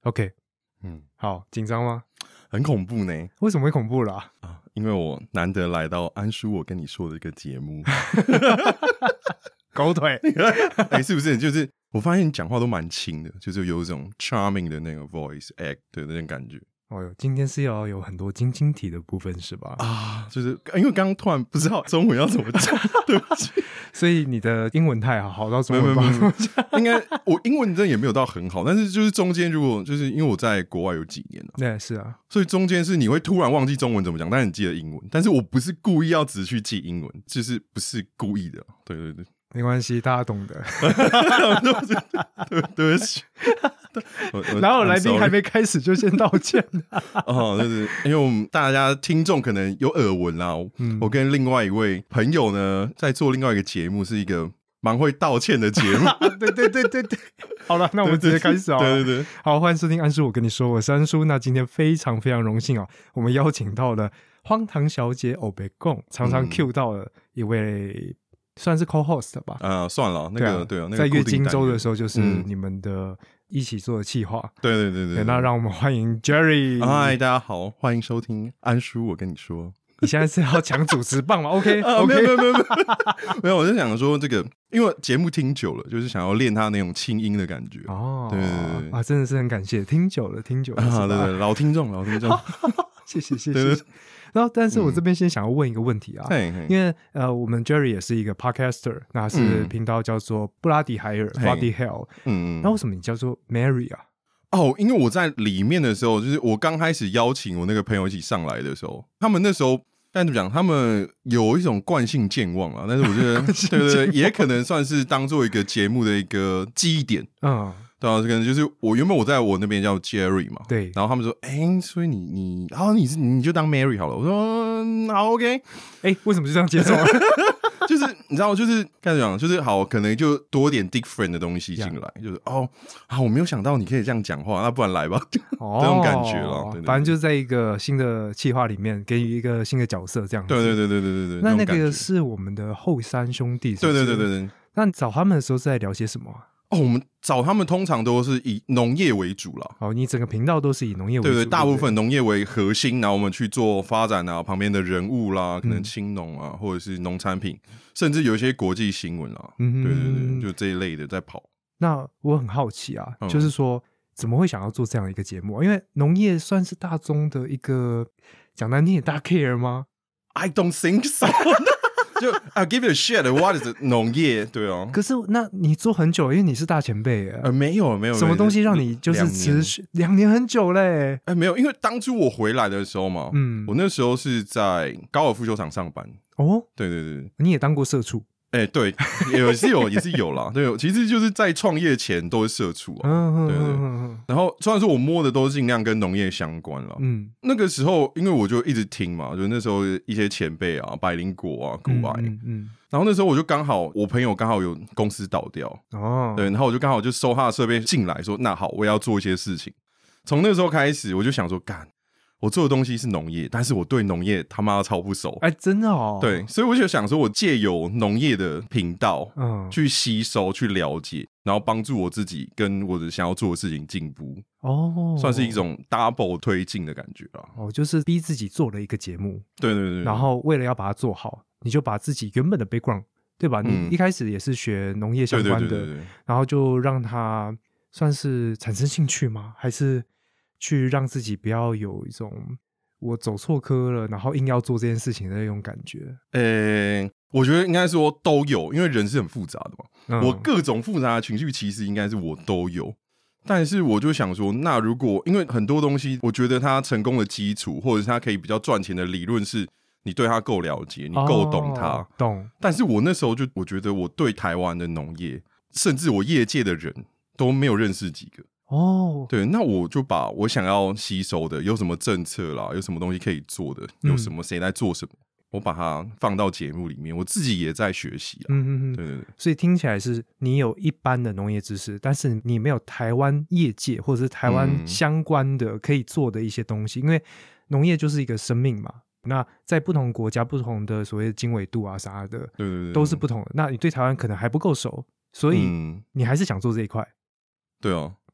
OK， 好，紧张吗？ 很恐怖呢。 为什么会恐怖啦？ 因为我难得来到安叔我跟你说的一个节目。 狗腿。 是不是？就是我发现你讲话都蛮轻的，就是有一种 charming 的那个 voice act 的那种感觉。 哦哟，今天是要有很多晶晶体的部分是吧？ 就是因为刚刚突然不知道中文要怎么讲，对不起。 所以你的英文太好，好到中文帮我讲。 应该我英文真的也没有到很好，但是就是中间如果就是因为我在国外有几年了， 对，是啊， 所以中间是你会突然忘记中文怎么讲，但是你记得英文。但是我不是故意要只去记英文，就是不是故意的。对对对。 没关系，大家懂得。 对不起。 然后来宾还没开始就先道歉就是因为我们大家听众可能有耳闻啦。我跟另外一位朋友呢在做另外一个节目，是一个蛮会道歉的节目。 对。好了，那我们直接开始好了。 对。好， 欢迎收听安叔我跟你说，我是安叔。那今天非常非常荣幸我们邀请到了荒唐小姐欧北贡，常常 cue 到了一位算是 co-host 吧。 算了，那个对啊， 在月经周的时候就是你们的一起做的企划。对，那让我们欢迎 Jerry。 嗨，大家好，欢迎收听安叔我跟你说。 你现在是要抢主持棒吗？ OK， 没有，我就想说这个，因为节目听久了，就是想要练他那种轻音的感觉。对， 真的是很感谢，听久了对， 老听众谢谢。然后但是我这边先想要问一个问题因为我们 Jerry 也是一个 podcaster， 那是频道叫做布拉迪海尔 Bloody Hell。那为什么你叫做 Mary 啊？ 因为我在里面的时候，就是我刚开始邀请我那个朋友一起上来的时候，他们那时候该怎么讲，他们有一种惯性健忘但是我觉得对，也可能算是当做一个节目的一个记忆点。对啊，可能就是原本我在我那边叫 Jerry 嘛， 对， 然后他们说，所以你就当 Mary 好了。我说好 OK。 为什么就这样接受了？ 就是你知道，就是该怎么讲，就是好，可能就多点 different 的东西进来，就是我没有想到你可以这样讲话，那不然来吧。这种感觉了。对， 反正就是在一个新的企划里面给予一个新的角色这样子。 对。 那个是我们的后山兄弟是不是？ 对。 那你找他们的时候是在聊些什么我们找他们通常都是以农业为主啦。 你整个频道都是以农业为主。 对，大部分农业为核心，然后我们去做发展旁边的人物啦，可能青农或者是农产品，甚至有一些国际新闻啦。对，就这一类的在跑。 那我很好奇就是说怎么会想要做这样一个节目？因为农业算是大众的一个，讲难听点，大家 care 吗？ I don't think so。就 I'll give it a shit what is 农业。对哦。 可是那你做很久，因为你是大前辈没有什么东西让你就是持续2年很久嘞？ 没有，因为当初我回来的时候嘛，我那时候是在高尔夫球场上班。对， 你也当过社畜？ 对，也是有啦。对，其实就是在创业前都是社畜对。然后虽然说我摸的都尽量跟农业相关啦。那个时候因为我就一直听嘛，就那时候一些前辈百灵果古癌。然后那时候我就刚好，我朋友刚好有公司倒掉。对，然后我就刚好就收他的设备进来说，那好，我要做一些事情。从那时候开始，我就想说，我做的东西是农业，但是我对农业他妈超不熟。 真的对，所以我就想说，我借由农业的频道，去吸收、去了解，然后帮助我自己跟我的想要做的事情进步。算是一种 double 推进的感觉啦。 就是逼自己做了一个节目。 对。 然后为了要把它做好，你就把自己原本的 background， 对吧？你一开始也是学农业相关的， 对。 然后就让它算是产生兴趣吗？还是去让自己不要有一种我走错科了，然后硬要做这件事情的那种感觉？ 我觉得应该说都有，因为人是很复杂的嘛。我各种复杂的情绪其实应该是我都有，但是我就想说，那如果因为很多东西，我觉得它成功的基础，或者是它可以比较赚钱的理论是你对它够了解，你够懂它。 懂。 但是我那时候我觉得我对台湾的农业，甚至我业界的人都没有认识几个。对，那我就把我想要吸收的，有什么政策啦，有什么东西可以做的，有什么谁在做什么，我把它放到节目里面，我自己也在学习对。 所以听起来是你有一般的农业知识，但是你没有台湾业界或者是台湾相关的可以做的一些东西，因为农业就是一个生命嘛。那在不同国家不同的所谓的经纬度啥的， 对， 都是不同的。那你对台湾可能还不够熟，所以你还是想做这一块。 对啊。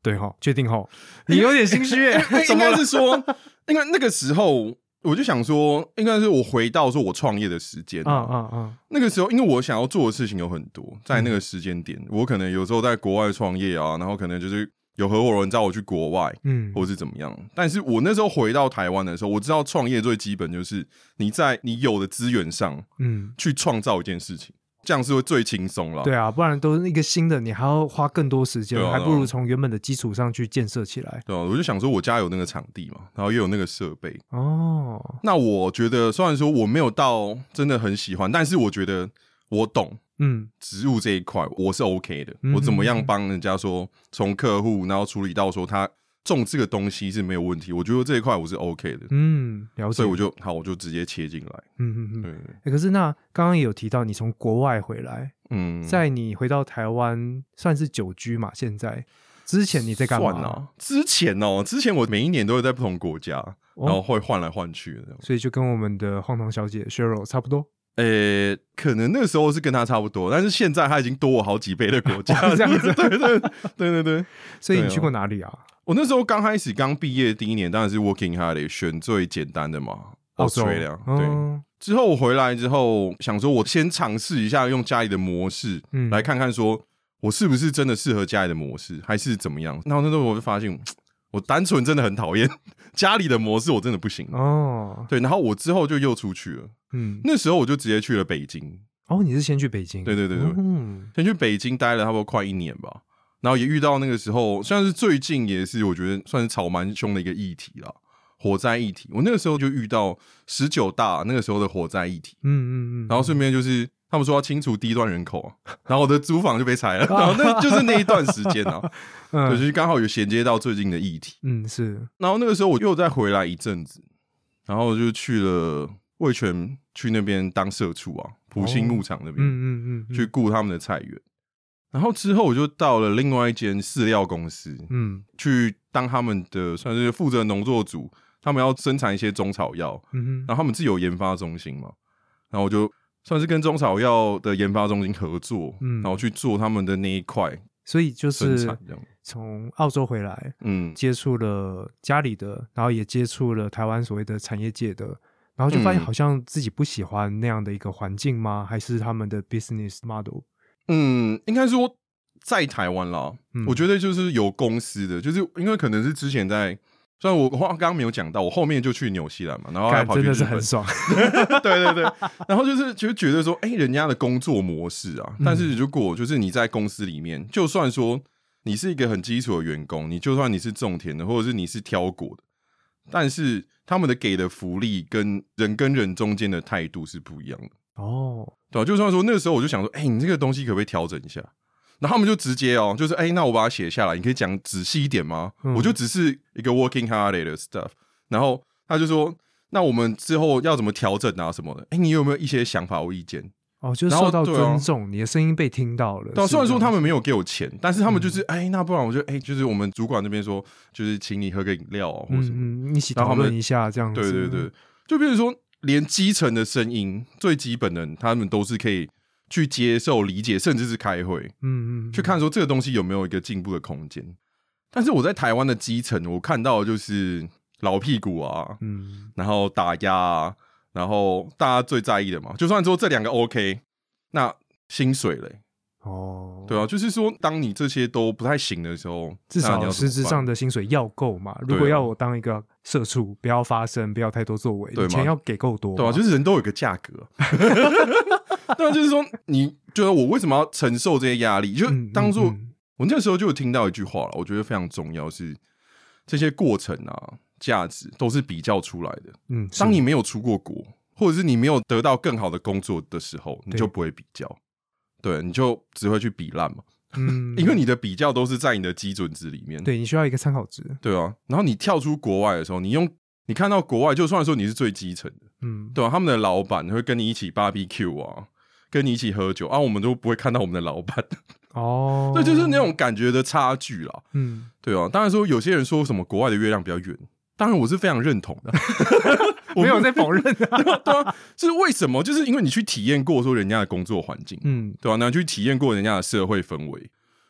对齁，确定齁，你有点心虚耶。 应该是说，因为那个时候我就想说，应该是我回到说我创业的时间那个时候，因为我想要做的事情有很多，在那个时间点，我可能有时候在国外创业啊，然后可能就是有合伙人找我去国外，或是怎么样。但是我那时候回到台湾的时候，我知道创业最基本就是你在你有的资源上，去创造一件事情。这样是会最轻松了。 对啊，不然都是一个新的，你还要花更多时间，还不如从原本的基础上去建设起来。 对啊，我就想说，我家有那个场地嘛，然后又有那个设备。那我觉得虽然说我没有到真的很喜欢，但是我觉得我懂。植入这一块我是 OK 的。我怎么样帮人家说从客户，然后处理到说他种这个东西是没有问题，我觉得这一块我是 OK 的。 了解。 所以我就直接切进来。 对。可是那刚刚也有提到你从国外回来，在你回到台湾算是久居嘛？现在之前你在干嘛？算啊， 之前我每一年都会在不同国家，然后会换来换去的， 所以就跟我们的晃堂小姐 Cheryl 差不多。 可能那个时候是跟他差不多，但是现在他已经多我好几倍的国家。 这样子。 对。 所以你去过哪里啊？ 我那时候刚毕业第一年，当然是 working holiday 选最简单的嘛，澳洲。对。之后我回来之后，想说我先尝试一下用家里的模式，来看看说我是不是真的适合家里的模式，还是怎么样。然后那时候我就发现，我单纯真的很讨厌家里的模式，我真的不行。对，然后我之后就又出去了。那时候我就直接去了北京。 你是先去北京？ 对。先去北京待了差不多快1年吧。然后也遇到那个时候，算是最近也是我觉得算是吵蛮凶的一个议题啦，火灾议题。我那个时候就遇到19大那个时候的火灾议题，然后顺便就是他们说要清除低端人口然后我的租房就被拆了，然后那就是那一段时间就是刚好有衔接到最近的议题， 是。 然后那个时候我又再回来一阵子，然后就去了味全，去那边当社畜埔心牧场那边，去顾他们的菜园。然后之后我就到了另外一间饲料公司，去当他们的算是负责农作组，他们要生产一些中草药，然后他们自己有研发中心嘛，然后我就算是跟中草药的研发中心合作，然后去做他们的那一块， 所以就是从澳洲回来，接触了家里的，然后也接触了台湾所谓的产业界的，然后就发现好像自己不喜欢那样的一个环境吗？还是他们的 business model？ 应该说在台湾啦，我觉得就是有公司的，就是因为可能是之前在，虽然我刚刚没有讲到，我后面就去纽西兰嘛，然后还跑去日本， 真的是很爽。 对，然后就觉得说，人家的工作模式啊，但是如果就是你在公司里面，就算说你是一个很基础的员工，你就算你是种田的，或者是你是挑果的，但是他们的给的福利跟人中间的态度是不一样的。对啊，就算说那个时候我就想说，你这个东西可不可以调整一下？然后他们就直接就是那我把它写下来，你可以讲仔细一点吗？我就只是一个 working holiday 的 stuff， 然后他就说，那我们之后要怎么调整啊什么的？你有没有一些想法或意见？ 就是受到尊重，你的声音被听到了。 对，虽然说他们没有给我钱，但是他们就是那不然我就就是我们主管那边说，就是请你喝个饮料或什么， 一起讨论一下这样子。 对，就比如说连基层的声音最基本的，他们都是可以去接受、理解，甚至是开会，去看说这个东西有没有一个进步的空间。但是我在台湾的基层，我看到的就是老屁股然后打压然后大家最在意的嘛，就算说这两个 OK， 那薪水嘞？对啊，就是说，当你这些都不太行的时候， 至少实质上的薪水要够嘛。如果要我当一个社畜，不要发声，不要太多作为，钱要给够多， 对啊，就是人都有一个价格。对啊，就是说，你觉得我为什么要承受这些压力？就当做我那时候就有听到一句话了，我觉得非常重要，是这些过程价值都是比较出来的。当你没有出过国，或者是你没有得到更好的工作的时候，你就不会比较。对，你就只会去比烂嘛，因为你的比较都是在你的基准值里面， 对，你需要一个参考值， 对啊。然后你跳出国外的时候，你看到国外，就算说你是最基层的，对啊，他们的老板会跟你一起 barbecue 跟你一起喝酒我们都不会看到我们的老板对，就是那种感觉的差距啦，对啊。当然说有些人说什么国外的月亮比较圆，当然我是非常认同的。 我没有在否认对啊，是为什么？就是因为你去体验过说人家的工作环境，对吧？然后去体验过人家的社会氛围，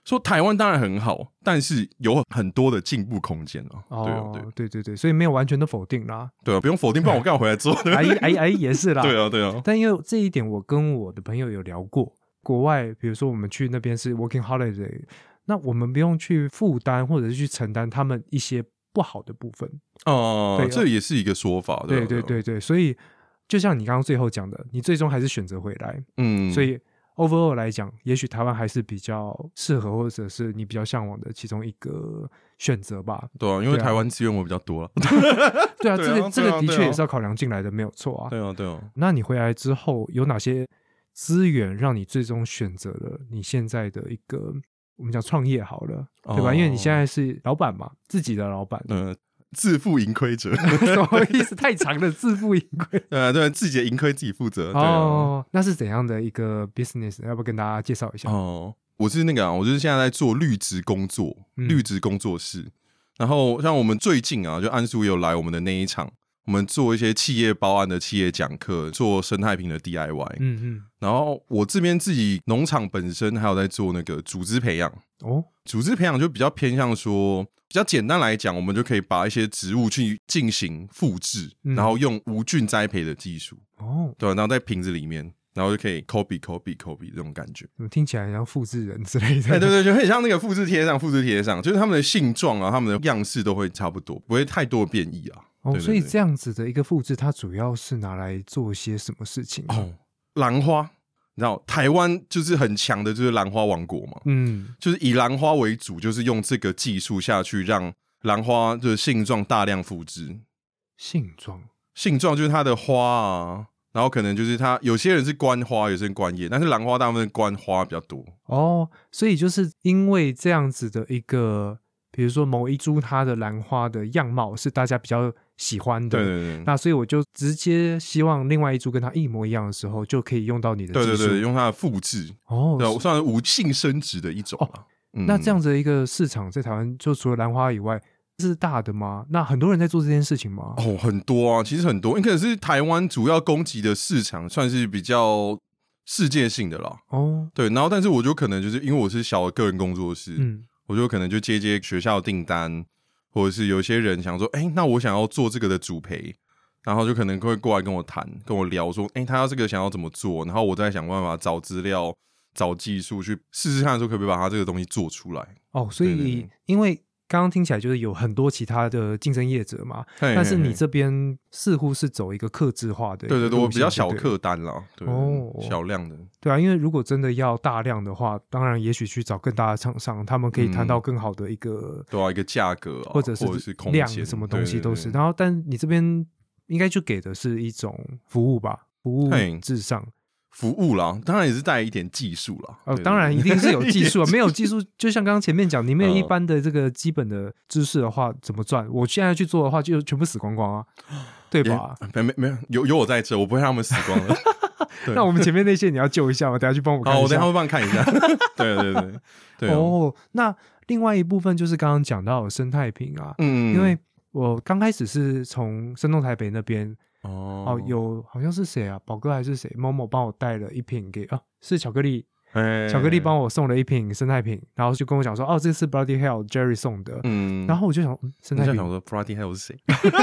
说台湾当然很好，但是有很多的进步空间啊。 对，所以没有完全的否定啦。 对啊，不用否定，不然我干嘛回来做？ 也是啦。 对啊。 但因为这一点，我跟我的朋友有聊过，国外比如说我们去那边是 working holiday， 那我们不用去负担或者是去承担他们一些不好的部分。 对，这也是一个说法。 对，所以就像你刚刚最后讲的，你最终还是选择回来。所以overall 来讲，也许台湾还是比较适合，或者是你比较向往的其中一个选择吧。 对啊，因为台湾资源我比较多了。 对啊，这个的确也是要考量进来的，没有错啊。 对啊。 那你回来之后有哪些资源让你最终选择了你现在的一个我们讲创业好了，对吧？因为你现在是老板嘛，自己的老板。 自负盈亏者。 什么意思？太长了，自负盈亏。 对，自己的盈亏自己负责。 那是怎样的一个 business？ 要不要跟大家介绍一下？ 我是我就是现在在做绿职工作，绿职工作室。然后像我们最近就安叔也有来我们的那一场，我们做一些企业包案的企业讲课，做生态瓶的 DIY。然后我这边自己农场本身还有在做那个组织培养。组织培养就比较偏向说，比较简单来讲，我们就可以把一些植物去进行复制，然后用无菌栽培的技术。对，然后在瓶子里面，然后就可以 copy 这种感觉。 听起来像复制人之类的。 对，就很像那个复制贴上，就是他们的性状他们的样式都会差不多，不会太多的变异啊。对， 所以这样子的一个复制，它主要是拿来做些什么事情？ 兰花。你知道台湾就是很强的，就是兰花王国嘛。就是以兰花为主，就是用这个技术下去让兰花的性状大量复制。 性状就是它的花然后可能就是它有些人是观花，有些人观叶，但是兰花大部分观花比较多。 所以就是因为这样子的一个，比如说某一株它的兰花的样貌是大家比较喜欢的。 对， 那所以我就直接希望另外一株跟它一模一样的时候，就可以用到你的技术。 对，用它的复制。对，算是无性生殖的一种。 那这样子的一个市场在台湾，就除了兰花以外，是大的吗？那很多人在做这件事情吗？ 很多其实很多，可是台湾主要攻击的市场算是比较世界性的啦。对，然后但是我就可能就是因为我是小的个人工作室，我就可能就接学校的订单，或者是有些人想说，那我想要做这个的主培，然后就可能会过来跟我谈，跟我聊说，他要这个想要怎么做，然后我再想办法找资料、找技术去试试看，说可不可以把它这个东西做出来。 所以因为刚刚听起来就是有很多其他的竞争业者嘛，但是你这边似乎是走一个客制化的。 对，我比较小客单啦。对，小量的。 对啊，因为如果真的要大量的话，当然也许去找更大的厂商，他们可以谈到更好的一个一个价格或者是量，什么东西都是。然后但你这边应该就给的是一种服务吧，服务至上。 服务啦，当然也是带一点技术啦。 当然一定是有技术没有技术，就像刚刚前面讲，你没有一般的这个基本的知识的话，怎么赚？我现在去做的话，就全部死光光对吧？ 没有我在这，我不会让他们死光了。 那我们前面那些你要救一下吗？等下去帮我看一下。 我等下会帮你看一下。对。 那另外一部分就是刚刚讲到的生态瓶因为我刚开始是从生动台北那边。有好像是谁宝哥还是谁，某某帮我带了一瓶给是巧克力，巧克力帮我送了一瓶生态瓶，然后就跟我讲说这是 Bloody Hell Jerry 送的。然后我就想生态瓶， 想说 Bloody Hell 是谁？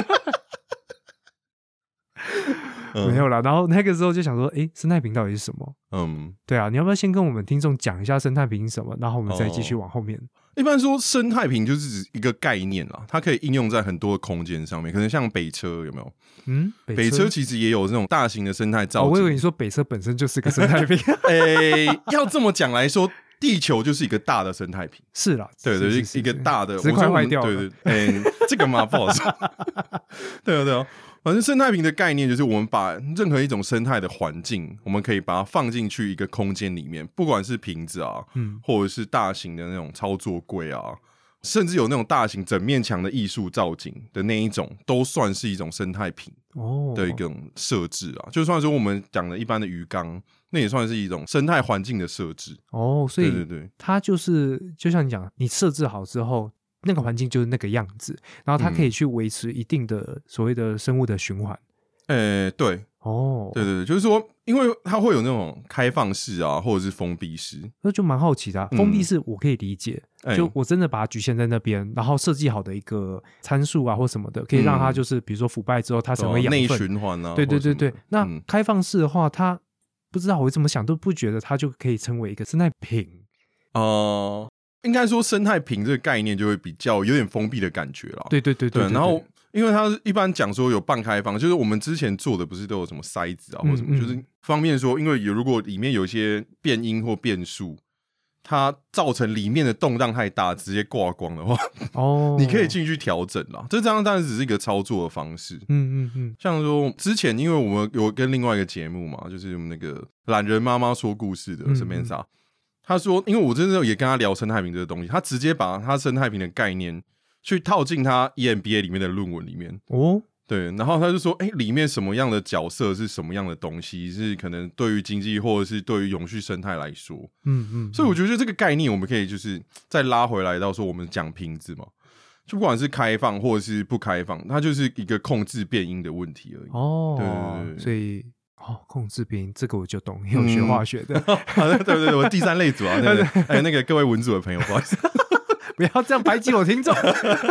没有啦。然后那个时候就想说生态瓶到底是什么？对啊，你要不要先跟我们听众讲一下生态瓶是什么，然后我们再继续往后面。 一般说生态瓶就是一个概念啦，它可以应用在很多的空间上面，可能像北车有没有？北车其实也有这种大型的生态造景。 我以为你说北车本身就是个生态瓶。 要这么讲来说，地球就是一个大的生态瓶。 是啦， 对，一个大的， 只是快坏掉了。 对，这个嘛不好说。对啊。反正生态瓶的概念就是我们把任何一种生态的环境，我们可以把它放进去一个空间里面，不管是瓶子或者是大型的那种操作柜甚至有那种大型整面墙的艺术造景的那一种，都算是一种生态瓶的一种设置就算说我们讲的一般的鱼缸，那也算是一种生态环境的设置所以对，它就是就像你讲，你设置好之后，那个环境就是那个样子，然后它可以去维持一定的所谓的生物的循环。 对， 对对对，就是说因为它会有那种开放式啊或者是封闭式， 那就蛮好奇的封闭式我可以理解，就我真的把它局限在那边，然后设计好的一个参数啊或什么的，可以让它就是比如说腐败之后它成为养分内循环啊， 对对对对。那开放式的话，它不知道我怎么想都不觉得它就可以成为一个生态瓶应该说生态瓶这个概念就会比较有点封闭的感觉啦。 对对对 对， 然后因为它一般讲说有半开放，就是我们之前做的不是都有什么塞子啊或什么，就是方便说，因为如果里面有一些变因或变数，它造成里面的动荡太大，直接挂光的话，你可以进去调整啦。这样当然只是一个操作的方式。像说之前，因为我们有跟另外一个节目嘛，就是我们那个懒人妈妈说故事的Samantha，他说，因为我真的也跟他聊生态瓶这个东西，他直接把他生态瓶的概念去套进他 EMBA 里面的论文里面对，然后他就说，里面什么样的角色是什么样的东西，是可能对于经济或者是对于永续生态来说，所以我觉得这个概念我们可以就是再拉回来到说，我们讲瓶子嘛，就不管是开放或者是不开放，它就是一个控制变因的问题而已。对对对， 所以。控制变因这个我就懂，因为我学化学的。 对对对，我第三类组啊，那个各位文组的朋友，不好意思。 不要这样排挤我听众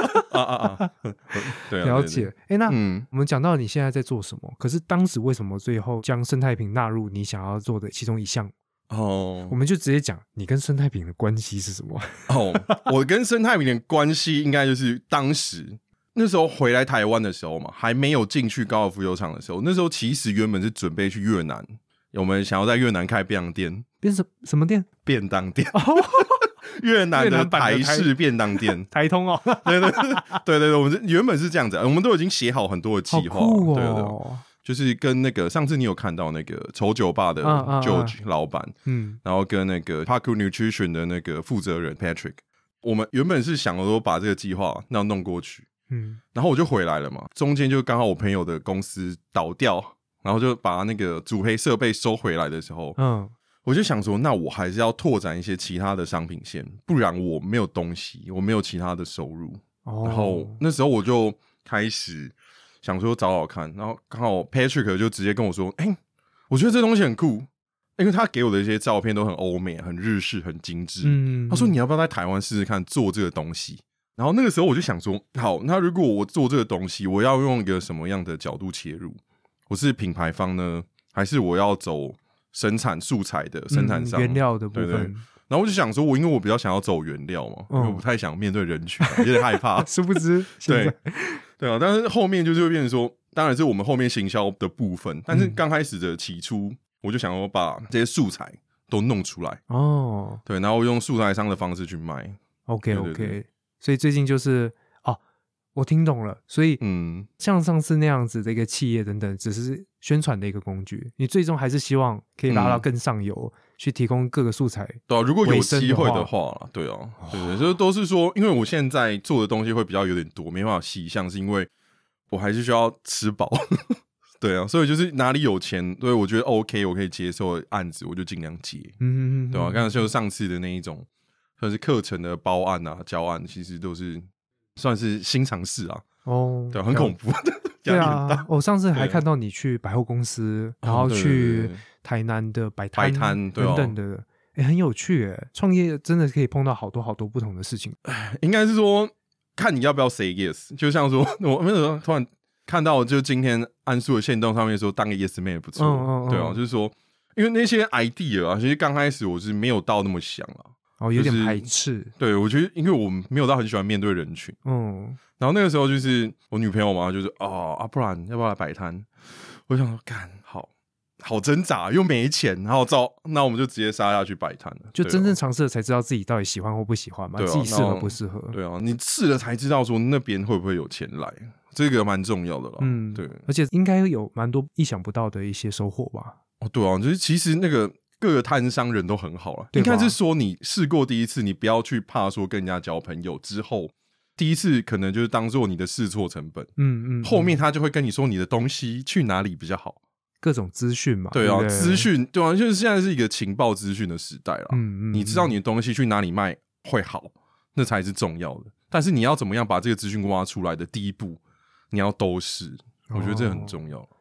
对， 了解。那我们讲到你现在在做什么，可是当时为什么最后将生态瓶纳入你想要做的其中一项？我们就直接讲你跟生态瓶的关系是什么？ 我跟生态瓶的关系应该就是当时那时候回来台湾的时候嘛，还没有进去高尔夫球场的时候，那时候其实原本是准备去越南，我们想要在越南开便当店。 什么店？ 便当店。越南的台式便当店， 台通对对对对对，我们原本是这样子，我们都已经写好很多的计划，对对对，就是跟那个上次你有看到那个丑酒吧的 George 老板，然后跟那个 Parkour Nutrition 的那个负责人 Patrick， 我们原本是想说把这个计划要弄过去，然后我就回来了嘛，中间就刚好我朋友的公司倒掉，然后就把那个主黑设备收回来的时候，我就想说，那我还是要拓展一些其他的商品线，不然我没有东西，我没有其他的收入。然后那时候我就开始想说找找看，然后刚好 Patrick 就直接跟我说：“我觉得这东西很酷，因为他给我的一些照片都很欧美、很日式、很精致。他说你要不要在台湾试试看做这个东西？”然后那个时候我就想说，好，那如果我做这个东西，我要用一个什么样的角度切入？我是品牌方呢，还是我要走生产素材的生产商原料的部分？ 对对。然后我就想说，因为我比较想要走原料嘛，因为我不太想面对人群，有点害怕。 殊不知， 对啊，但是后面就是会变成说，当然是我们后面行销的部分，但是刚开始的起初，我就想要把这些素材都弄出来对，然后用素材商的方式去卖。 OK， 所以最近就是我听懂了，所以像上次那样子的一个企业等等，只是宣传的一个工具，你最终还是希望可以拉到更上游，去提供各个素材。 对啊，如果有机会的话啦，对啊，对，这都是说，因为我现在做的东西会比较有点多，没办法细项，是因为我还是需要吃饱。对啊，所以就是哪里有钱，对我觉得 OK， 我可以接受的案子，我就尽量接。对啊，刚才就是上次的那一种，算是课程的包案啊、教案，其实都是算是新尝试啊。对啊，很恐怖。 对啊，我上次还看到你去百货公司，然后去台南的摆摊等等的，很有趣耶。创业真的可以碰到好多好多不同的事情。 应该是说看你要不要 say yes， 就像说我那时候突然看到，就今天安素的限动上面说当个 yes man 也不错。对啊，就是说因为那些 idea 啊，其实刚开始我是没有到那么想啊。 有点排斥。 对，我觉得因为我没有到很喜欢面对人群。然后那个时候就是我女朋友嘛，就是不然要不要来摆摊？我想说干好挣扎，又没钱，然后那我们就直接杀下去摆摊了。 就真正尝试了才知道自己到底喜欢或不喜欢嘛，自己适合不适合。 对啊，你试了才知道说那边会不会有钱来，这个蛮重要的啦。对， 而且应该有蛮多意想不到的一些收获吧。 对啊，就是其实那个各个摊商人都很好了，应该是说你试过第一次，你不要去怕说跟人家交朋友，之后第一次可能就是当做你的试错成本。后面他就会跟你说你的东西去哪里比较好。 各种资讯嘛， 对啊，资讯，对啊，就是现在是一个情报资讯的时代啦。你知道你的东西去哪里卖会好，那才是重要的。但是你要怎么样把这个资讯挖出来的第一步，你要都试，我觉得这很重要。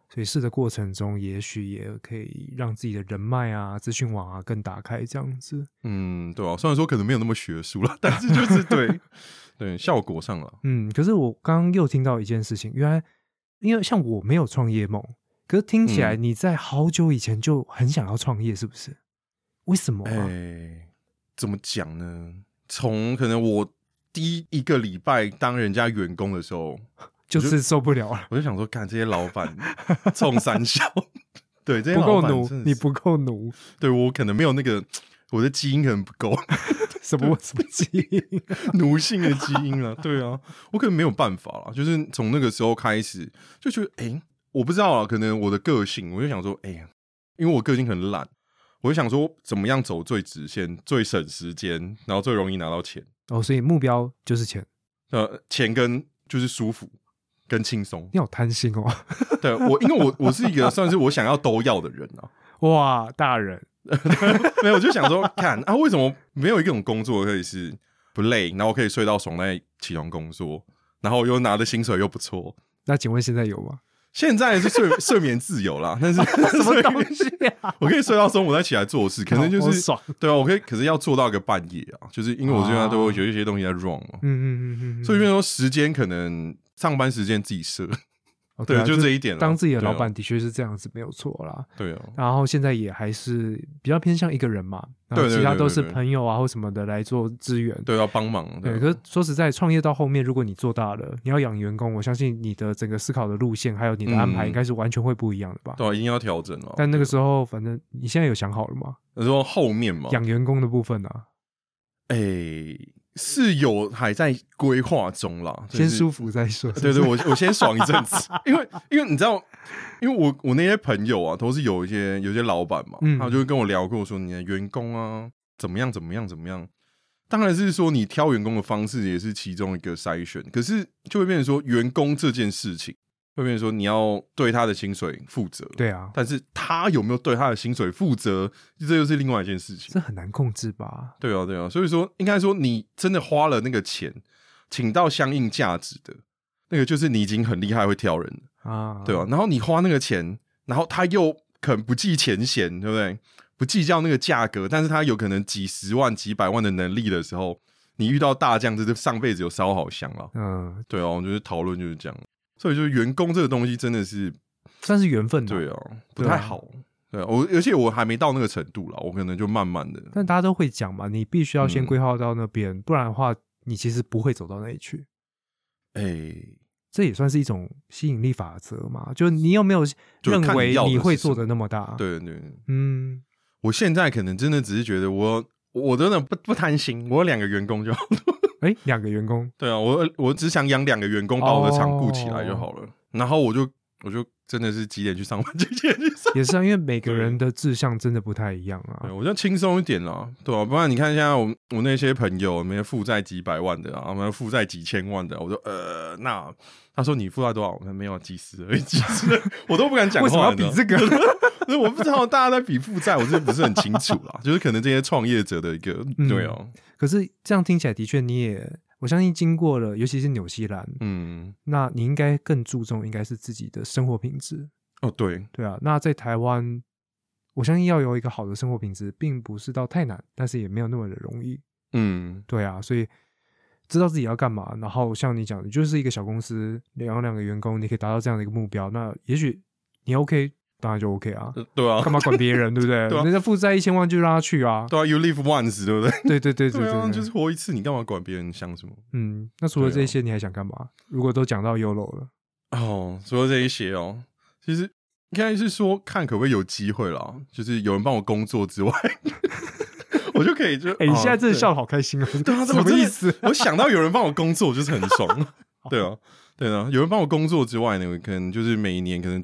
所以试的过程中，也许也可以让自己的人脉啊、资讯网啊更打开，这样子。 对啊，虽然说可能没有那么学术了，但是就是对效果上了。 可是我刚刚又听到一件事情，原来因为像我没有创业梦，可是听起来你在好久以前就很想要创业，是不是？为什么啊？ 怎么讲呢？从可能我第一个礼拜当人家员工的时候， 就是受不了了。 我就想说，干这些老板冲三小，对，这些不够老板奴，你不够奴， 对我可能没有那个，我的基因可能不够。 什么基因？ 奴性的基因啊，对啊，我可能没有办法啦。就是从那个时候开始，就觉得我不知道啊，可能我的个性，我就想说，因为我个性很懒。我就想说，怎么样走最直线、最省时间，然后最容易拿到钱。 所以目标就是钱。 钱跟就是舒服跟轻松。 你好贪心哦。 对，因为我是一个算是我想要都要的人啊。 哇，大人。 没有，我就想说，看啊，为什么没有一种工作可以是不累，然后可以睡到爽再起床工作，然后又拿的薪水又不错？ 那请问现在有吗？ 现在是睡眠自由啦，但是什么东西啊？ 我可以睡到中午再起来做事，可能就是爽。 对啊，我可以，可是要做到一个半夜啊，就是因为我现在都有一些东西在 run 嘛，所以变成说时间可能上班时间自己设。对，就这一点了。 当自己的老板的确是这样子，没有错啦。 对啊。 然后现在也还是比较偏向一个人嘛，然后其他都是朋友啊或什么的来做支援， 对，要帮忙。 对，可是说实在，创业到后面，如果你做大了，你要养员工，我相信你的整个思考的路线还有你的安排，应该是完全会不一样的吧？ 对啊，一定要调整了。 但那个时候，反正你现在有想好了吗？ 你说后面嘛， 养员工的部分啊。 是有还在规划中啦， 先舒服再说。 对对，我先爽一阵子，因为你知道，因为我那些朋友啊，都是有一些老板嘛，他就会跟我聊过说，你的员工啊怎么样。当然是说你挑员工的方式也是其中一个筛选，可是就会变成说员工这件事情。会变成说你要对他的薪水负责， 对啊， 但是他有没有对他的薪水负责，这又是另外一件事情， 这很难控制吧？ 对啊，所以说应该说你真的花了那个钱，请到相应价值的那个，就是你已经很厉害会挑人啊，对吧？然后你花那个钱，然后他又可能不计前嫌，对不对？不计较那个价格，但是他有可能几十万、几百万的能力的时候，你遇到大将，这是上辈子有烧好香了，对啊，我觉得讨论就是这样。所以就是员工这个东西真的是算是缘分的， 对啊，不太好。对啊，而且我还没到那个程度啦，我可能就慢慢的。 但大家都会讲嘛，你必须要先规划到那边，不然的话，你其实不会走到那里去。这也算是一种吸引力法则嘛，就你有没有认为你会做的那么大？ 对，我现在可能真的只是觉得我真的不贪心，我有2个员工就好了。 2个员工， 对啊，我只想养2个员工，把我的厂顾起来就好了。然后我就真的是几点去上班就几点去上班。 也是啊，因为每个人的志向真的不太一样啊。 对，我就轻松一点啦，对啊，不然你看现在我那些朋友，没负债几百万的啊，我们负债几千万的，我说那他说你负债多少？我说没有几十而已，我都不敢讲话。 为什么要比这个？ 我不知道大家在比负债，我真的不是很清楚啦。就是可能这些创业者的一个对啊。 可是这样听起来的确，我相信经过了，尤其是纽西兰，那你应该更注重应该是自己的生活品质。 对啊，那在台湾，我相信要有一个好的生活品质，并不是到太难，但是也没有那么的容易。对啊，所以知道自己要干嘛，然后像你讲的，就是一个小公司养2个员工，你可以达到这样的一个目标，那也许你 OK。当然就 OK 啊， 对啊， 干嘛管别人，对不对？人家负债1000万就让他去啊， 对啊 ，You live once， 对不对？ 对， 对啊，就是活一次，你干嘛管别人想什么？ 那除了这些，你还想干嘛？如果都讲到 YOLO 了， 除了这一些其实应该是说看可不可以有机会啦，就是有人帮我工作之外，我就可以就你现在真的笑得好开心啊！ 对啊，什么意思？我想到有人帮我工作，就是很爽。对啊，有人帮我工作之外呢，可能就是每一年可能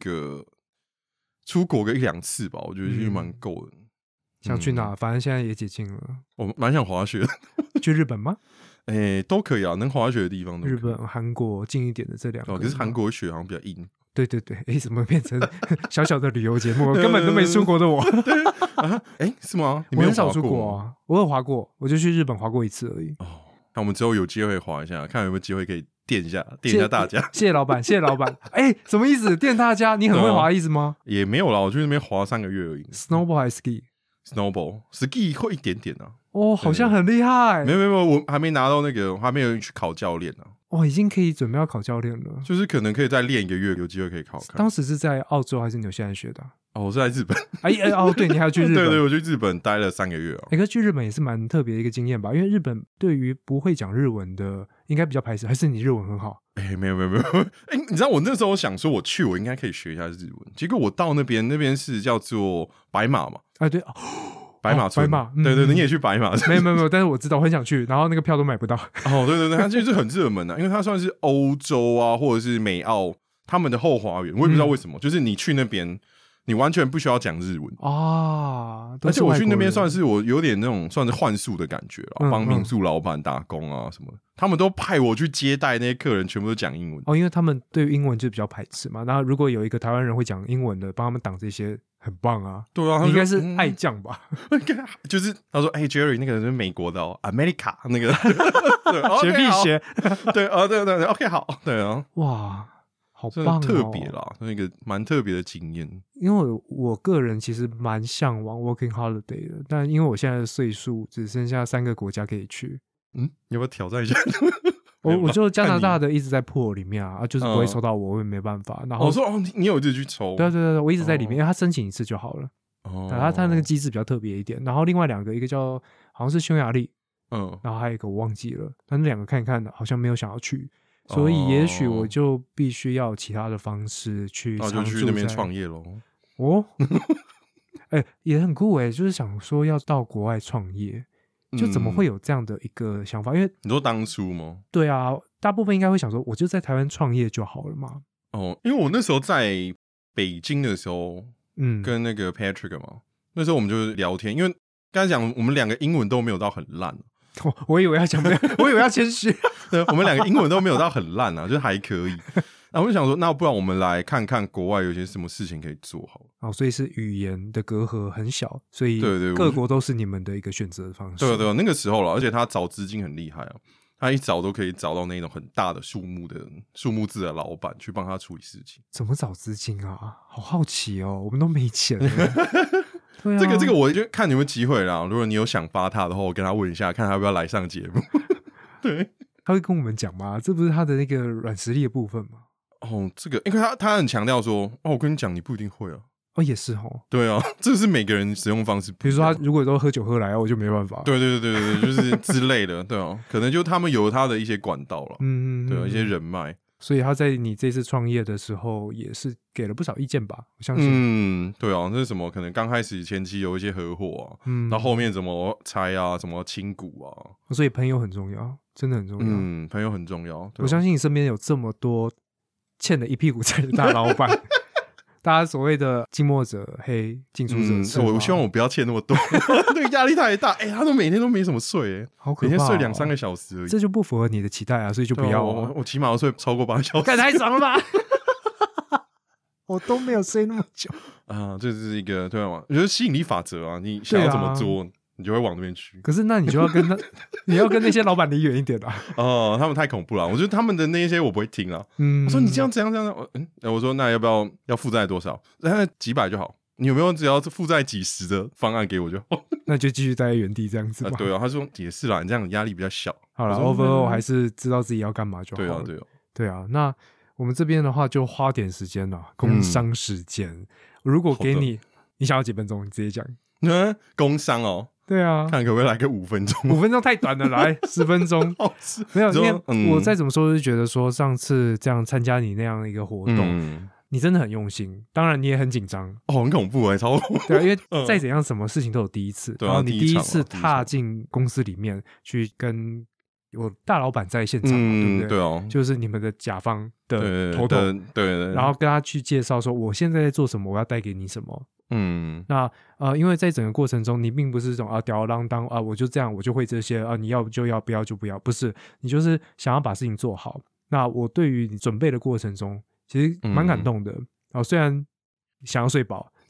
出国个1-2次吧，我觉得已经蛮够的。 想去哪？反正现在也解禁了。 我蛮想滑雪的。 去日本吗？ 都可以啊，能滑雪的地方都可以。 日本、韩国近一点的这2个。 可是韩国雪好像比较硬。 对，怎么变成小小的旅游节目？根本都没出国的我。 是吗？ 我很少出国啊，我有滑过，我就去日本滑过1次而已。 那我们之后有机会滑一下，看有没有机会可以电一下大家。 谢谢老板，谢谢老板。什么意思？电大家？你很会滑意思吗？ 也没有啦，我去那边滑3个月而已。 Snowball 还是 ski？Snowball 会一点点啊。 好像很厉害。 没有，我还没拿到那个，我还没有去考教练啊。 已经可以准备要考教练了， 就是可能可以再练1个月，有机会可以考看。 当时是在澳洲还是纽西兰学的？ 我是在日本。 对，你还要去日本？ 对，我去日本待了3个月啊。 可是去日本也是蛮特别的一个经验吧？因为日本对于不会讲日文的应该比较排斥，还是你日文很好？ 没有。你知道我那时候想说我应该可以学一下日文，结果我到那边是叫做白马嘛。 对。 白马村，对，你也去白马？ 没有，但是我知道，我很想去，然后那个票都买不到。 对，它就是很热门啊，因为它算是欧洲啊，或者是美澳他们的后花园。我也不知道为什么，就是你去那边，你完全不需要讲日文啊。而且我去那边算是我有点那种算是换宿的感觉了，帮民宿老板打工啊什么的。他们都派我去接待那些客人，全部都讲英文。 因为他们对英文就比较排斥嘛。然后如果有一个台湾人会讲英文的，帮他们挡这些。很棒啊！ 对啊， 你应该是爱将吧？ 就是他说：“Jerry， 那个是美国的America 那个学必学。” 对，OK， 好，对啊， 哇，好棒， 特别啦，那个蛮特别的经验。 因为我个人其实蛮向往 working holiday 的，但因为我现在的岁数只剩下3个国家可以去。 要不要挑战一下？ 我就加拿大的一直在破里面啊，就是不会抽到我也没办法。然后我说你有一直去抽？ 对，我一直在里面，因为他申请1次就好了。他那个机制比较特别一点。然后另外2个，一个叫好像是匈牙利，然后还有一个我忘记了，但那2个看一看好像没有想要去，所以也许我就必须要其他的方式去常住就去那边创业咯。 也很酷就是想说要到国外创业。就怎么会有这样的一个想法？因为你说当初吗？ 对啊，大部分应该会想说，我就在台湾创业就好了嘛。 因为我那时候在北京的时候，跟那个 Patrick 嘛，那时候我们就是聊天，因为刚才讲我们2个英文都没有到很烂。 我以为要讲，我以为要谦虚。 对，我们2个英文都没有到很烂啊，就是还可以。然后我就想说，那不然我们来看看国外有些什么事情可以做好。 所以是语言的隔阂很小，所以各国都是你们的一个选择的方式。 对，那个时候了，而且他找资金很厉害啊，他一找都可以找到那种很大的数目字的老板去帮他处理事情。 怎么找资金啊？好好奇哦，我们都没钱。对啊， 这个我就看有没有机会啦。如果你有想发他的话，我跟他问一下，看他要不要来上节目。对， 他会跟我们讲吗？这不是他的那个软实力的部分吗？ 这个，因为他很强调说，我跟你讲，你不一定会啊。 也是对啊，这是每个人使用方式。 比如说他如果都喝酒喝来，我就没办法。 对，就是之类的，对啊，可能就他们有他的一些管道了，对啊，一些人脉。 所以他在你这次创业的时候也是给了不少意见吧？我相信。 对啊，那是什么？可能刚开始前期有一些合伙啊，然后后面怎么拆啊，怎么清股啊。 所以朋友很重要，真的很重要。 朋友很重要。 我相信你身边有这么多欠了一屁股债的大老板。大家所谓的近墨者黑，近朱者赤。 我希望我不要欠那么多，那个压力太大。他都每天都没什么睡， 好可怕， 每天睡2-3个小时而已。 这就不符合你的期待啊，所以就不要。 我起码要睡超过8个小时， 太爽了吧！我都没有睡那么久啊，这是一个对吗？我觉得吸引力法则啊，你想要怎么做，你就会往那边去。 可是那你就要跟你要跟那些老板离远一点啊。 他们太恐怖了，我觉得他们的那些我不会听啊。我说你这样，我说那要负债多少？几百就好。你有没有只要负债几十的方案给我就好？ 那就继续待在原地这样子吧。 对啊，他说也是啦，你这样压力比较小。 好了 ，overall 还是知道自己要干嘛就好了。对啊。那我们这边的话就花点时间啦，工商时间。如果给你想要几分钟，你直接讲。 工商哦。 对啊， 看可不可以来个5分钟 ？5分钟太短了，来10分钟。没有，因为我再怎么说，就觉得说上次这样参加你那样的一个活动，你真的很用心。当然你也很紧张， 很恐怖超恐怖。 对啊，因为再怎样，什么事情都有第一次。然后你第一次踏进公司里面去跟有大老板在现场，对不对？ 对啊， 就是你们的甲方的头头， 对， 然后跟他去介绍说，我现在在做什么，我要带给你什么。那因为在整个过程中，你并不是这种吊儿郎当我就这样，我就会这些你要就要，不要就不要，不是，你就是想要把事情做好。那我对于你准备的过程中，其实蛮感动的。虽然想要睡饱，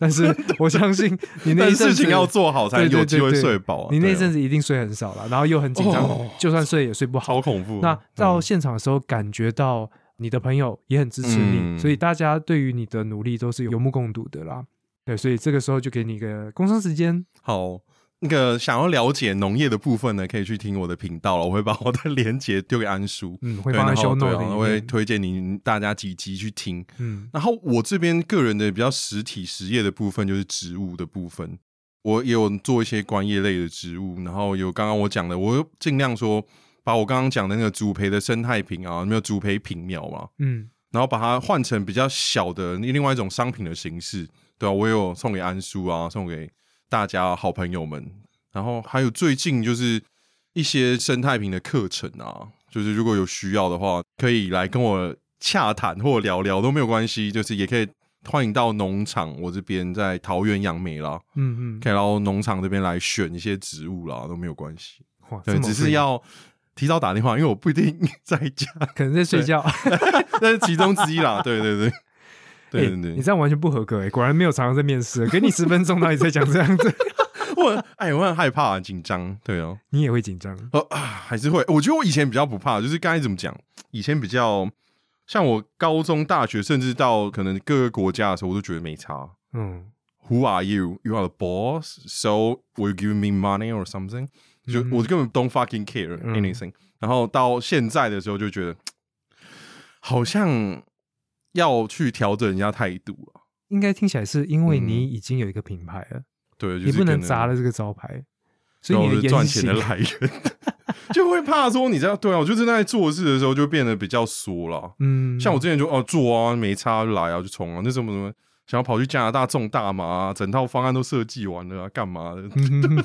但是我相信你那一阵子事情要做好才有机会睡饱、 你那一阵子一定睡很少了，然后又很紧张、就算睡也睡不好， 超恐怖。 那到现场的时候感觉到你的朋友也很支持你、所以大家对于你的努力都是有目共睹的啦。对，所以这个时候就给你一个工商时间。 好，那个想要了解农业的部分呢，可以去听我的频道了，我会把我的连结丢给安叔， 会放在 show note 里面， 我会推荐大家几集去听。然后我这边个人的比较实体实业的部分就是植物的部分，我也有做一些观叶类的植物，然后有刚刚我讲的，我尽量说把我刚刚讲的那个主培的生态瓶啊，没有主培品苗嘛，然后把它换成比较小的另外一种商品的形式，对啊，我有送给安叔啊，送给大家好朋友们。然后还有最近就是一些生态瓶的课程啊，就是如果有需要的话，可以来跟我洽谈或聊聊都没有关系，就是也可以欢迎到农场，我这边在桃园杨梅啦，可以到农场这边来选一些植物啦，都没有关系。对，只是要提早打电话，因为我不一定在家， 可能在睡觉， 那是其中之一啦。对对对。对， 你这样完全不合格果然没有常常在面试，给你10分钟，到底在讲这样子？ 我很害怕、紧张，对哦， 你也会紧张？ 还是会。我觉得我以前比较不怕，就是刚才怎么讲，以前比较像我高中、大学，甚至到可能各个国家的时候，我都觉得没差。Who are you? You are the boss, so will you give me money or something? 就我根本 don't fucking care anything。然后到现在的时候，就觉得好像要去调整人家态度了。 应该听起来是因为你已经有一个品牌了， 对， 你不能砸了这个招牌，所以你的赚钱的来源就会怕说你这样。对啊，我就真的在做事的时候就变得比较缩了。像我之前就做啊，没差就来啊，就冲啊，那什么想要跑去加拿大种大麻啊，整套方案都设计完了啊，干嘛的？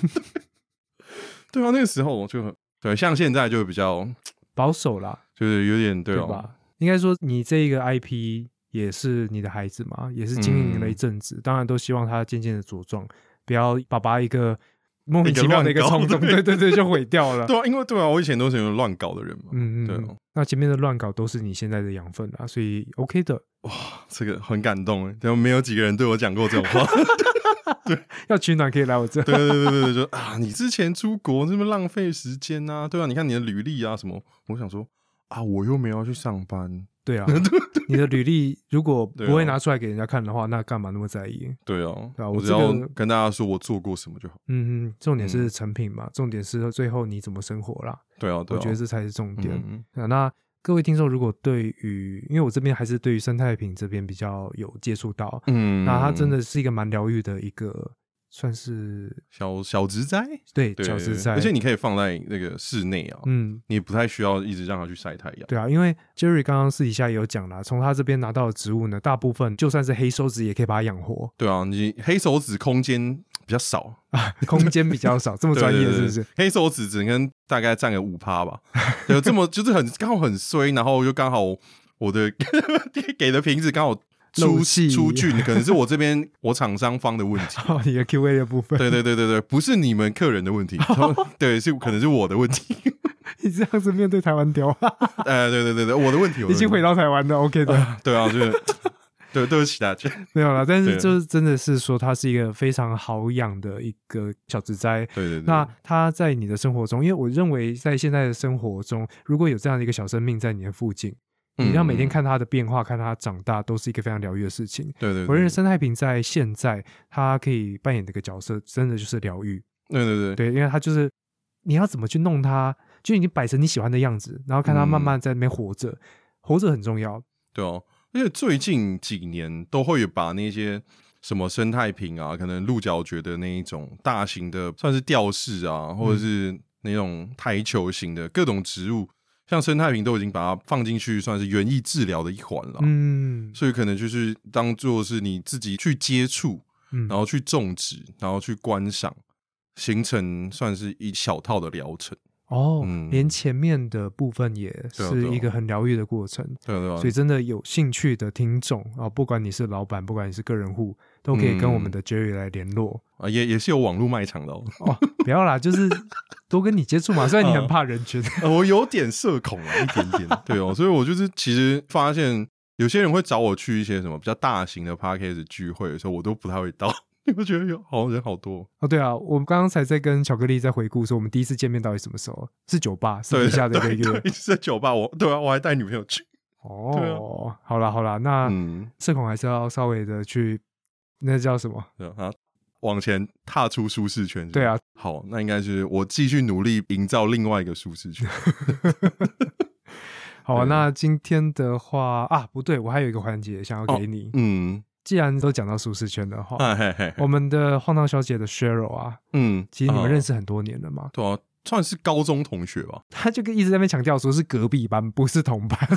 对啊，那个时候就对，像现在就比较保守啦， 就是有点对吧？应该说你这一个 IP 也是你的孩子嘛，也是经营了一阵子，当然都希望他渐渐的茁壮，不要把一个莫名其妙的一个冲动，对对对，就毁掉了。 对啊，因为对啊，我以前都是有乱搞的人嘛。对啊， 那前面的乱搞都是你现在的养分啊，所以 OK 的。 哇，这个很感动哎，没有几个人对我讲过这种话。对， 要取暖可以来我这。 对对对对，就你之前出国是不是浪费时间啊？对啊，你看你的履历啊什么，我想说我又没有要去上班。 对啊，你的履历如果不会拿出来给人家看的话，那干嘛那么在意？ 对啊，我只要跟大家说我做过什么就好。 重点是成品嘛，重点是最后你怎么生活啦。 对啊， 我觉得这才是重点。那各位听众，如果对于，因为我这边还是对于生态瓶这边比较有接触到，那它真的是一个蛮疗愈的一个。算是小植栽， 对，小植栽， 而且你可以放在那个室内啊，你也不太需要一直让它去晒太阳。 对啊，因为 Jerry 刚刚私底下也有讲啦，从他这边拿到的植物呢，大部分就算是黑手指也可以把它养活。 对啊，你黑手指空间比较少空间比较少，这么专业是不是？ 对对对，黑手指只能大概占个5%吧，有这么就是刚好很衰，然后又刚好我的给的瓶子刚好。出菌可能是我这边我厂商方的问题， 你的 QA 的部分， 对对对对对，不是你们客人的问题，对，可能是我的问题。 你这样子面对台湾雕， 对对对对，我的问题， 已经回到台湾了 ，OK 的， 对啊，就是对不起大家， 没有啦，但是就是真的是说，它是一个非常好养的一个小植栽， 对对对， 那它在你的生活中，因为我认为在现在的生活中，如果有这样的一个小生命在你的附近。你要每天看它的变化，看它长大，都是一个非常疗愈的事情。 对对， 我认为生态瓶在现在，它可以扮演这个角色，真的就是疗愈。 对对对， 对，因为它就是你要怎么去弄它，就已经摆成你喜欢的样子，然后看它慢慢在那边活着，活着很重要。 对哦，而且最近几年都会把那些什么生态瓶啊，可能鹿角蕨的那一种大型的，算是吊饰啊，或者是那种台球型的各种植物。像生态瓶都已经把它放进去，算是园艺治疗的一环了。所以可能就是当做是你自己去接触，然后去种植，然后去观赏，形成算是一小套的疗程。 连前面的部分也是一个很疗愈的过程。 对啊， 所以真的有兴趣的听众不管你是老板，不管你是个人户，都可以跟我们的 Jerry 来联络。 也是有网络卖场的不要啦，就是多跟你接触嘛。虽然你很怕人群， 我有点社恐一点点。对所以我就是其实发现有些人会找我去一些什么比较大型的 podcast 聚会的时候，我都不太会到。我觉得好人好多哦。对啊，我们刚刚才在跟巧克力在回顾说，我们第一次见面到底什么时候？是酒吧，私底下的一个月。 是在酒吧，我还带女朋友去。 哦，好啦，那社恐还是要稍微的去，那叫什么？ 往前踏出舒适圈。 对啊， 好，那应该是我继续努力营造另外一个舒适圈。 好啊，那今天的话啊，不对，我还有一个环节想要给你。既然都讲到舒适圈的话，我们的荒唐小姐的 Cheryl 啊，其实你们认识很多年了嘛？ 对啊，算是高中同学吧。 他就一直在那边强调说是隔壁班，不是同班。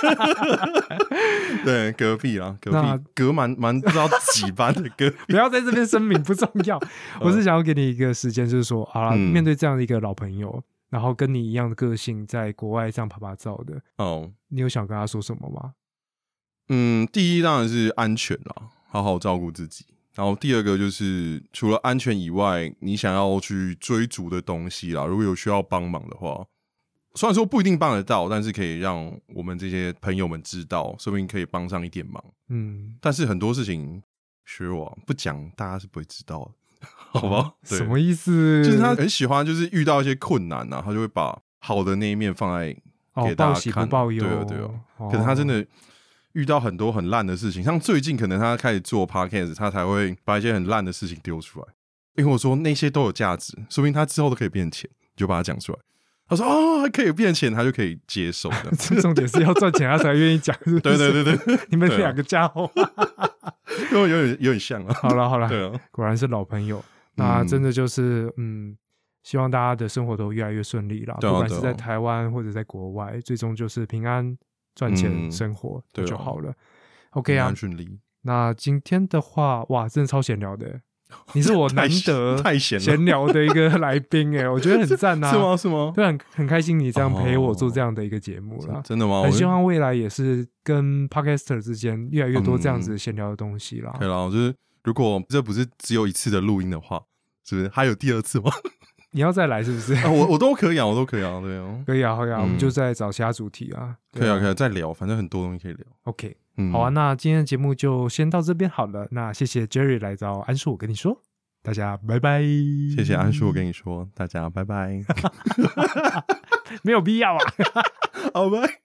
对，隔壁啦，隔蛮不知道几班的隔壁。 不要在这边声明，不重要。我是想要给你一个时间，就是说，好啦，面对这样的一个老朋友，然后跟你一样的个性，在国外这样拍拍照的，你有想跟他说什么吗？ 第一当然是安全啦，好好照顾自己。然后第二个就是除了安全以外，你想要去追逐的东西啦，如果有需要帮忙的话，虽然说不一定帮得到，但是可以让我们这些朋友们知道，说不定可以帮上一点忙。但是很多事情学我不讲，大家是不会知道的，好不好？ 什么意思？ 就是他很喜欢，就是遇到一些困难啊，他就会把好的那一面放在给大家看。 报喜不报忧。 对。可能他真的遇到很多很烂的事情，像最近可能他开始做 podcast， 他才会把一些很烂的事情丢出来。因为我说那些都有价值，说不定他之后都可以变钱，就把它讲出来。他说还可以变钱，他就可以接受的。 重点是要赚钱，他才愿意讲。 对， 你们两个家伙， 有点像啊。 好了， 对啊， 果然是老朋友。那真的就是希望大家的生活都越来越顺利啦，不管是在台湾或者在国外，最终就是平安赚钱生活就好了。OK 啊， 顺利。 那今天的话，哇，真的超闲聊的。你是我难得太闲聊的一个来宾我觉得很赞啊。 是吗？ 对，很开心你这样陪我做这样的一个节目啦。 真的吗？ 很希望未来也是跟 Podcaster 之间越来越多这样子闲聊的东西啦。 可以啦，就是如果这不是只有一次的录音的话，是不是还有第二次吗？ 你要再来是不是？ 我都可以啊，对啊。 可以啊，我们就再找其他主题啊。 可以啊，再聊，反正很多东西可以聊。 OK。好啊，那今天的节目就先到这边好了。那谢谢 Jerry 来找安叔，我跟你说，大家拜拜。 谢谢安叔，我跟你说，大家拜拜。 没有必要啊。 好拜。